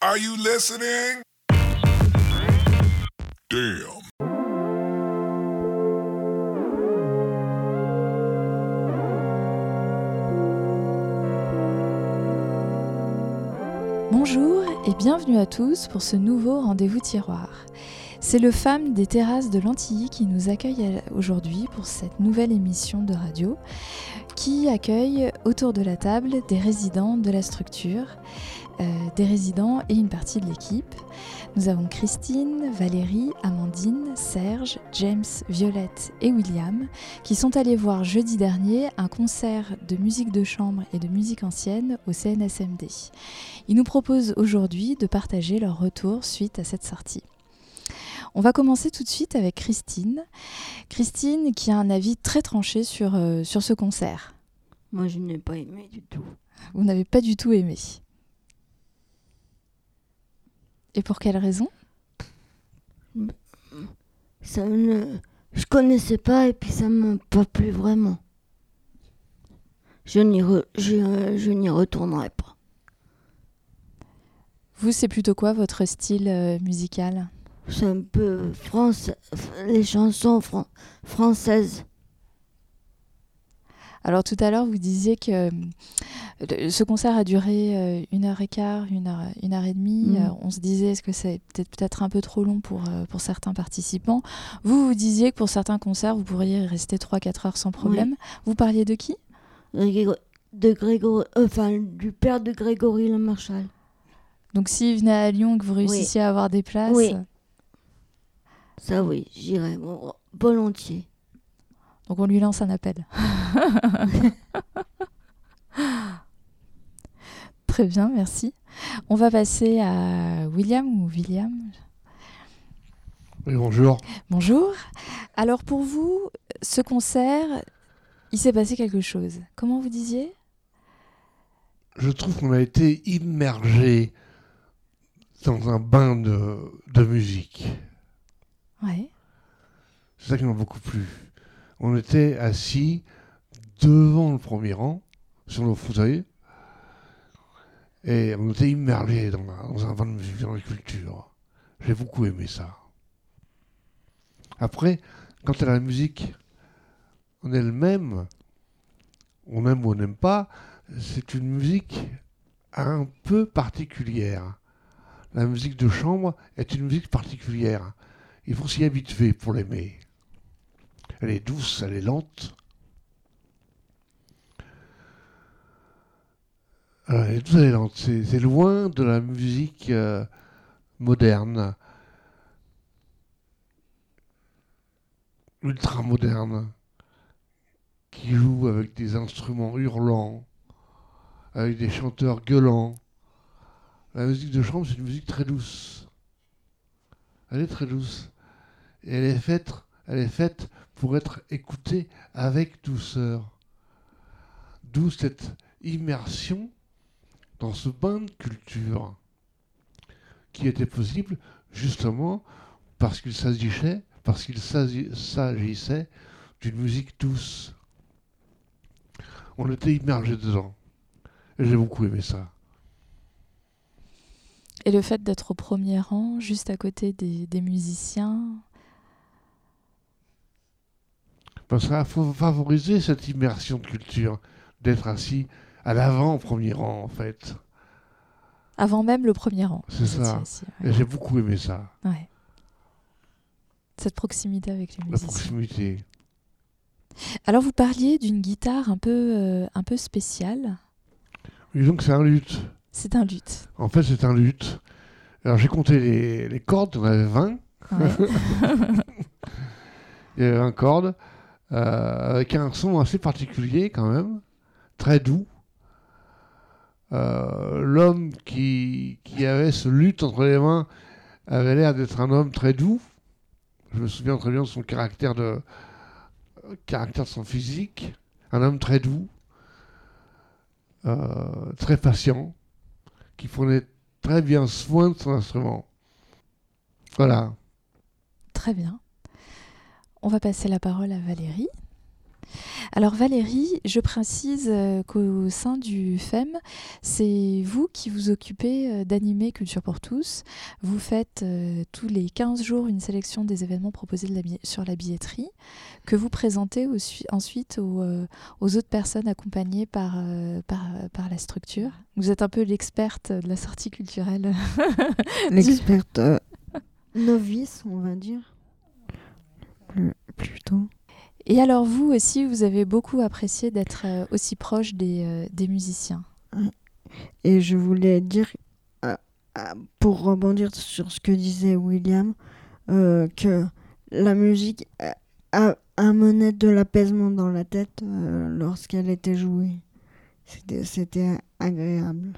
Are you listening? Damn. Bonjour et bienvenue à tous pour ce nouveau rendez-vous tiroir. C'est le FAM des terrasses de l'Antilly qui nous accueille aujourd'hui pour cette nouvelle émission de radio qui accueille autour de la table des résidents de la structure, des résidents et une partie de l'équipe. Nous avons Christine, Valérie, Amandine, Serge, James, Violette et William qui sont allés voir jeudi dernier un concert de musique de chambre et de musique ancienne au CNSMD. Ils nous proposent aujourd'hui de partager leur retour suite à cette sortie. On va commencer tout de suite avec Christine. Christine qui a un avis très tranché sur ce concert. Moi, je n'ai pas aimé du tout. Vous n'avez pas du tout aimé. Et pour quelle raison ? Je connaissais pas et puis ça m'a pas plu vraiment. Je n'y retournerai pas. Vous, c'est plutôt quoi votre style musical ? C'est un peu les chansons françaises. Alors tout à l'heure, vous disiez que ce concert a duré 1h15, 1h30. On se disait, est-ce que c'est peut-être un peu trop long pour certains participants ? Vous disiez que pour certains concerts, vous pourriez rester 3-4 heures sans problème. Oui. Vous parliez de qui ? Du père de Grégory Le Marchal. Donc s'il venait à Lyon et que vous réussissiez à avoir des places... Oui. Ça oui, j'irais volontiers. Donc on lui lance un appel. Très bien, merci. On va passer à William ou William. Oui, bonjour. Bonjour. Alors pour vous, ce concert, il s'est passé quelque chose. Comment vous disiez ? Je trouve qu'on a été immergé dans un bain de musique. Ouais. C'est ça qui m'a beaucoup plu. On était assis devant le premier rang, sur nos fauteuils, et on était immergé dans un bain de musique, dans la culture. J'ai beaucoup aimé ça. Après, quant à la musique en elle-même, on aime ou on n'aime pas, c'est une musique un peu particulière. La musique de chambre est une musique particulière. Il faut s'y habituer pour l'aimer. Elle est douce, elle est lente. Elle est douce, elle est lente. C'est loin de la musique moderne, ultra moderne, qui joue avec des instruments hurlants, avec des chanteurs gueulants. La musique de chambre, c'est une musique très douce. Elle est très douce. Et elle est faite pour être écoutée avec douceur. D'où cette immersion dans ce bain de culture qui était possible justement parce qu'il s'agissait d'une musique douce. On était immergé dedans. Et j'ai beaucoup aimé ça. Et le fait d'être au premier rang, juste à côté des musiciens... Parce qu'il faut favoriser cette immersion de culture, d'être assis à l'avant au premier rang, en fait. Avant même le premier rang. C'est ça. Assis, ouais. Et j'ai beaucoup aimé ça. Ouais. Cette proximité avec les musiciens. La proximité. Alors vous parliez d'une guitare un peu spéciale. Oui, donc c'est un luth. C'est un luth. En fait, c'est un luth. Alors j'ai compté les cordes, on avait 20. Ouais. Il y avait 20 cordes. Avec un son assez particulier quand même, très doux. L'homme qui avait ce luth entre les mains avait l'air d'être un homme très doux. Je me souviens très bien de son caractère de son physique. Un homme très doux, très patient, qui prenait très bien soin de son instrument. Voilà. Très bien. On va passer la parole à Valérie. Alors Valérie, je précise qu'au sein du FEM, c'est vous qui vous occupez d'animer Culture pour tous. Vous faites tous les 15 jours une sélection des événements proposés sur la billetterie que vous présentez ensuite aux autres personnes accompagnées par la structure. Vous êtes un peu l'experte de la sortie culturelle. L'experte novice, on va dire. Plutôt. Et alors vous aussi, vous avez beaucoup apprécié d'être aussi proche des musiciens. Et je voulais dire, pour rebondir sur ce que disait William, que la musique amenait de l'apaisement dans la tête lorsqu'elle était jouée. C'était agréable.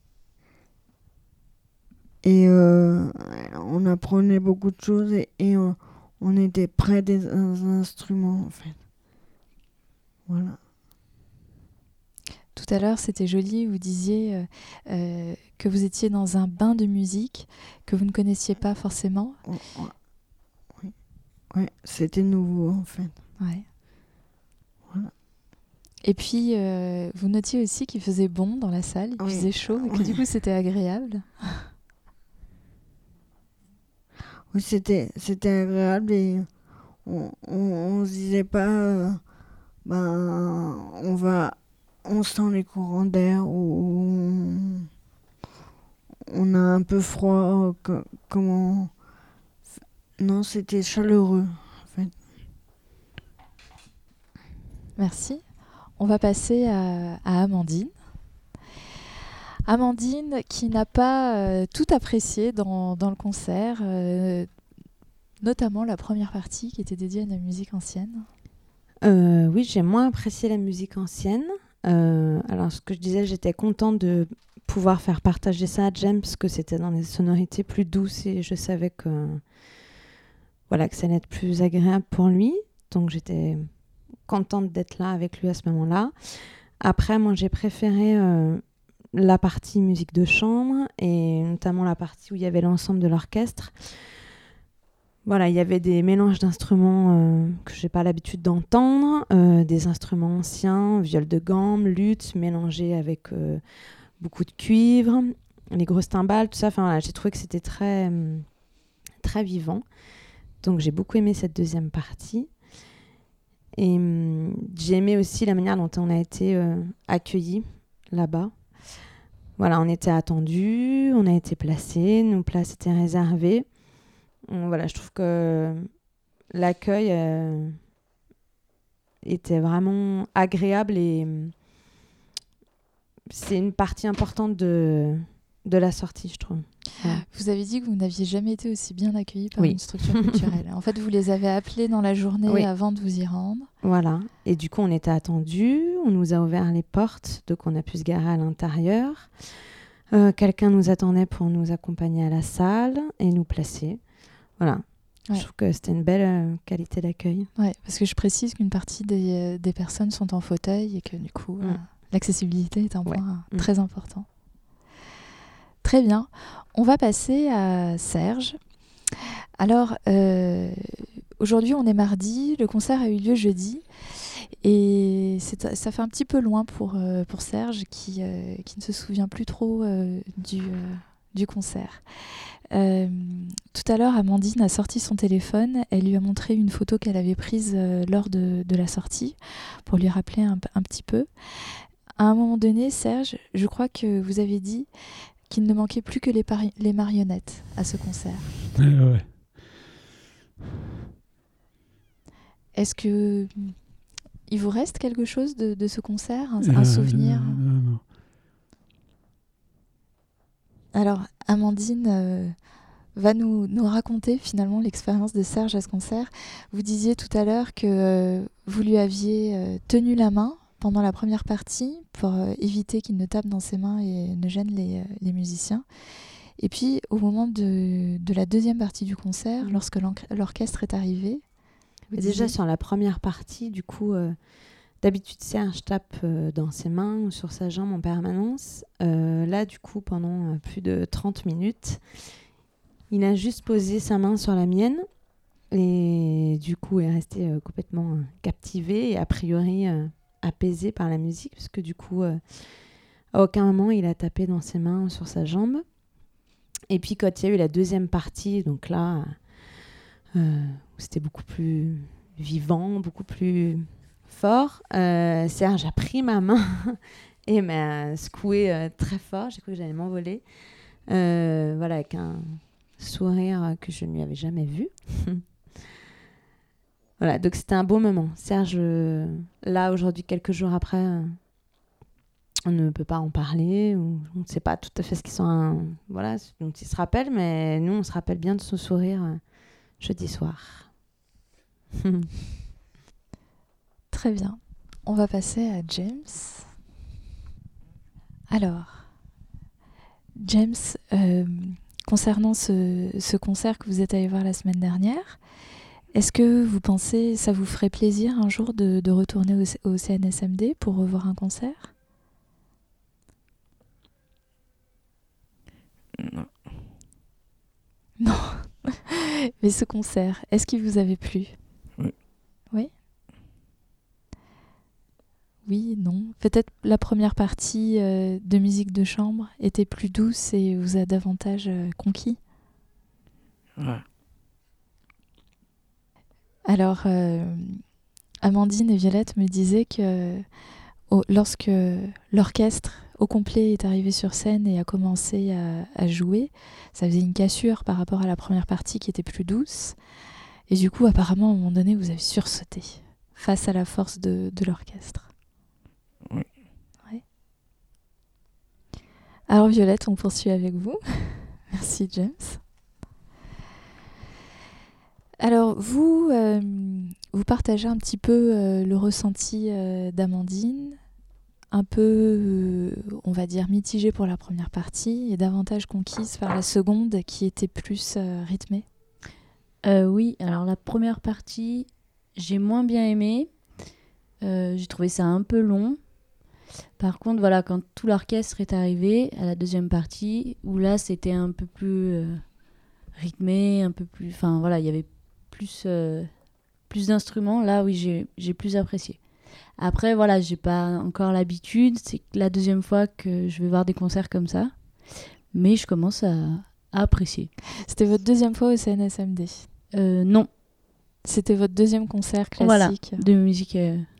Et on apprenait beaucoup de choses et on était près des instruments, en fait. Voilà. Tout à l'heure, c'était joli, vous disiez que vous étiez dans un bain de musique que vous ne connaissiez pas forcément. Oui, ouais, c'était nouveau, en fait. Ouais. Voilà. Et puis, vous notiez aussi qu'il faisait bon dans la salle, il faisait chaud, et que du coup, c'était agréable. Oui, c'était agréable et on se disait pas on sent les courants d'air ou on a un peu froid, comment. Non, c'était chaleureux en fait. Merci. On va passer à Amandine. Amandine qui n'a pas tout apprécié dans le concert, notamment la première partie qui était dédiée à la musique ancienne. Oui, j'ai moins apprécié la musique ancienne. Alors, ce que je disais, j'étais contente de pouvoir faire partager ça à James, parce que c'était dans des sonorités plus douces et je savais que ça allait être plus agréable pour lui. Donc, j'étais contente d'être là avec lui à ce moment-là. Après, moi, j'ai préféré la partie musique de chambre et notamment la partie où il y avait l'ensemble de l'orchestre. Voilà, il y avait des mélanges d'instruments que je n'ai pas l'habitude d'entendre, des instruments anciens, viol de gamme, luth, mélangés avec beaucoup de cuivre, les grosses timbales, tout ça. Enfin, voilà, j'ai trouvé que c'était très, très vivant. Donc j'ai beaucoup aimé cette deuxième partie. Et j'ai aimé aussi la manière dont on a été accueillis là-bas. Voilà, on était attendus, on a été placés, nos places étaient réservées. Voilà, je trouve que l'accueil était vraiment agréable et c'est une partie importante de la sortie, je trouve. Ouais. Vous avez dit que vous n'aviez jamais été aussi bien accueillis par une structure culturelle. En fait, vous les avez appelés dans la journée avant de vous y rendre. Voilà. Et du coup, on était attendus. On nous a ouvert les portes, donc on a pu se garer à l'intérieur. Quelqu'un nous attendait pour nous accompagner à la salle et nous placer. Voilà. Ouais. Je trouve que c'était une belle qualité d'accueil. Oui, parce que je précise qu'une partie des personnes sont en fauteuil et que du coup, l'accessibilité est un point très important. Très bien. On va passer à Serge. Alors, aujourd'hui, on est mardi. Le concert a eu lieu jeudi. Et ça fait un petit peu loin pour Serge qui ne se souvient plus trop du concert. Tout à l'heure, Amandine a sorti son téléphone. Elle lui a montré une photo qu'elle avait prise lors de la sortie pour lui rappeler un petit peu. À un moment donné, Serge, je crois que vous avez dit qu'il ne manquait plus que les marionnettes à ce concert. Ouais. Est-ce que il vous reste quelque chose de ce concert, un souvenir? Non. Alors, Amandine va nous raconter finalement l'expérience de Serge à ce concert. Vous disiez tout à l'heure que vous lui aviez tenu la main pendant la première partie pour éviter qu'il ne tape dans ses mains et ne gêne les musiciens. Et puis, au moment de la deuxième partie du concert, lorsque l'orchestre est arrivé... Déjà, sur la première partie, du coup, d'habitude, Serge tape dans ses mains ou sur sa jambe en permanence. Là, du coup, pendant plus de 30 minutes, il a juste posé sa main sur la mienne Et du coup, est resté complètement captivé et a priori apaisé par la musique, parce que du coup, à aucun moment, il a tapé dans ses mains sur sa jambe. Et puis, quand il y a eu la deuxième partie, donc là, c'était beaucoup plus vivant, beaucoup plus fort, Serge a pris ma main et m'a secoué très fort. J'ai cru que j'allais m'envoler. Voilà, avec un sourire que je ne lui avais jamais vu. Voilà, donc c'était un beau moment. Serge, là, aujourd'hui, quelques jours après, on ne peut pas en parler. On ne sait pas tout à fait ce voilà, dont il se rappelle, mais nous, on se rappelle bien de son sourire jeudi soir. Très bien. On va passer à James. Alors, James, concernant ce concert que vous êtes allé voir la semaine dernière, est-ce que vous pensez ça vous ferait plaisir un jour de retourner au CNSMD pour revoir un concert ? Non. Mais ce concert, est-ce qu'il vous avait plu ? Oui. Oui ? Oui, non. Peut-être la première partie de musique de chambre était plus douce et vous a davantage conquis. Ouais. Alors, Amandine et Violette me disaient que lorsque l'orchestre au complet est arrivé sur scène et a commencé à jouer, ça faisait une cassure par rapport à la première partie qui était plus douce. Et du coup, apparemment, à un moment donné, vous avez sursauté face à la force de l'orchestre. Oui. Ouais. Alors, Violette, on poursuit avec vous. Merci, James. Alors, vous partagez un petit peu le ressenti d'Amandine, un peu, on va dire, mitigée pour la première partie et davantage conquise par la seconde qui était plus rythmée. Oui, alors la première partie, j'ai moins bien aimé. J'ai trouvé ça un peu long. Par contre, voilà, quand tout l'orchestre est arrivé à la deuxième partie, où là, c'était un peu plus rythmé, un peu plus... Enfin, voilà, il y avait plus d'instruments. Là, oui, j'ai plus apprécié. Après, voilà, j'ai pas encore l'habitude. C'est la deuxième fois que je vais voir des concerts comme ça. Mais je commence à apprécier. C'était votre deuxième fois au CNSMD ? Non. C'était votre deuxième concert classique ? Voilà, de musique...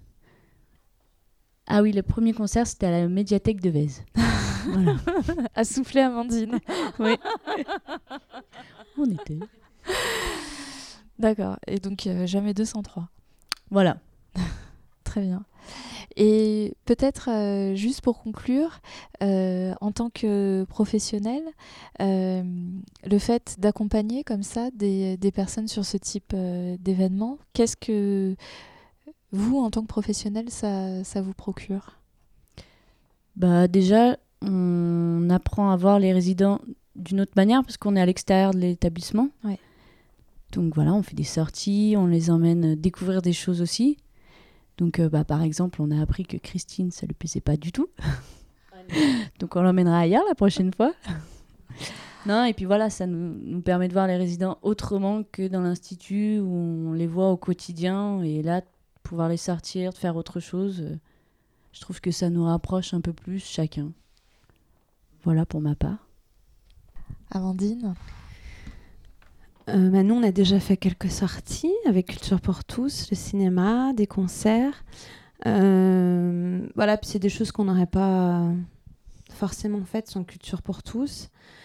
Ah oui, le premier concert, c'était à la médiathèque de Vèze. Voilà. À souffler, Amandine. Oui. On était. D'accord. Et donc, jamais 203. Voilà. Très bien. Et peut-être, juste pour conclure, en tant que professionnel, le fait d'accompagner comme ça des personnes sur ce type d'événement, qu'est-ce que vous, en tant que professionnel, ça vous procure ? Bah, déjà, on apprend à voir les résidents d'une autre manière parce qu'on est à l'extérieur de l'établissement. Ouais. Donc voilà, on fait des sorties, on les emmène découvrir des choses aussi. Donc, par exemple, on a appris que Christine, ça ne lui plaisait pas du tout. Donc, on l'emmènera ailleurs la prochaine fois. Non, et puis voilà, ça nous permet de voir les résidents autrement que dans l'institut où on les voit au quotidien. Et là, pouvoir les sortir, de faire autre chose, je trouve que ça nous rapproche un peu plus chacun. Voilà pour ma part. Amandine ? Nous, on a déjà fait quelques sorties avec Culture pour tous, le cinéma, des concerts. Voilà, puis c'est des choses qu'on n'aurait pas forcément faites sans Culture pour tous.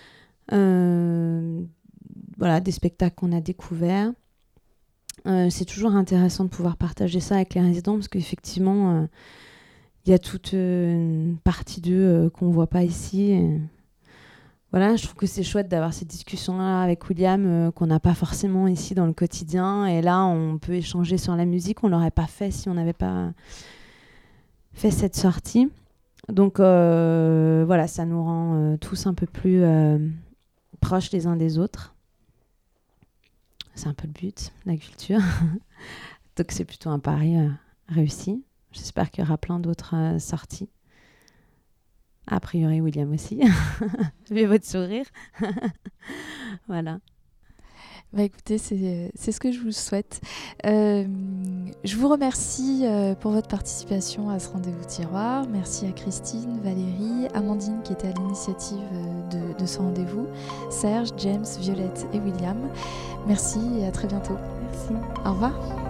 Voilà, des spectacles qu'on a découverts. C'est toujours intéressant de pouvoir partager ça avec les résidents parce qu'effectivement, il y a toute une partie d'eux qu'on ne voit pas ici. Et voilà, je trouve que c'est chouette d'avoir ces discussions-là avec William qu'on n'a pas forcément ici dans le quotidien. Et là, on peut échanger sur la musique. On ne l'aurait pas fait si on n'avait pas fait cette sortie. Donc voilà, ça nous rend tous un peu plus proches les uns des autres. C'est un peu le but, la culture. Donc c'est plutôt un pari réussi. J'espère qu'il y aura plein d'autres sorties. A priori, William aussi. Vu votre sourire. Voilà. Bah écoutez, c'est ce que je vous souhaite. Je vous remercie pour votre participation à ce rendez-vous tiroir. Merci à Christine, Valérie, Amandine qui était à l'initiative de ce rendez-vous, Serge, James, Violette et William. Merci et à très bientôt. Merci. Au revoir.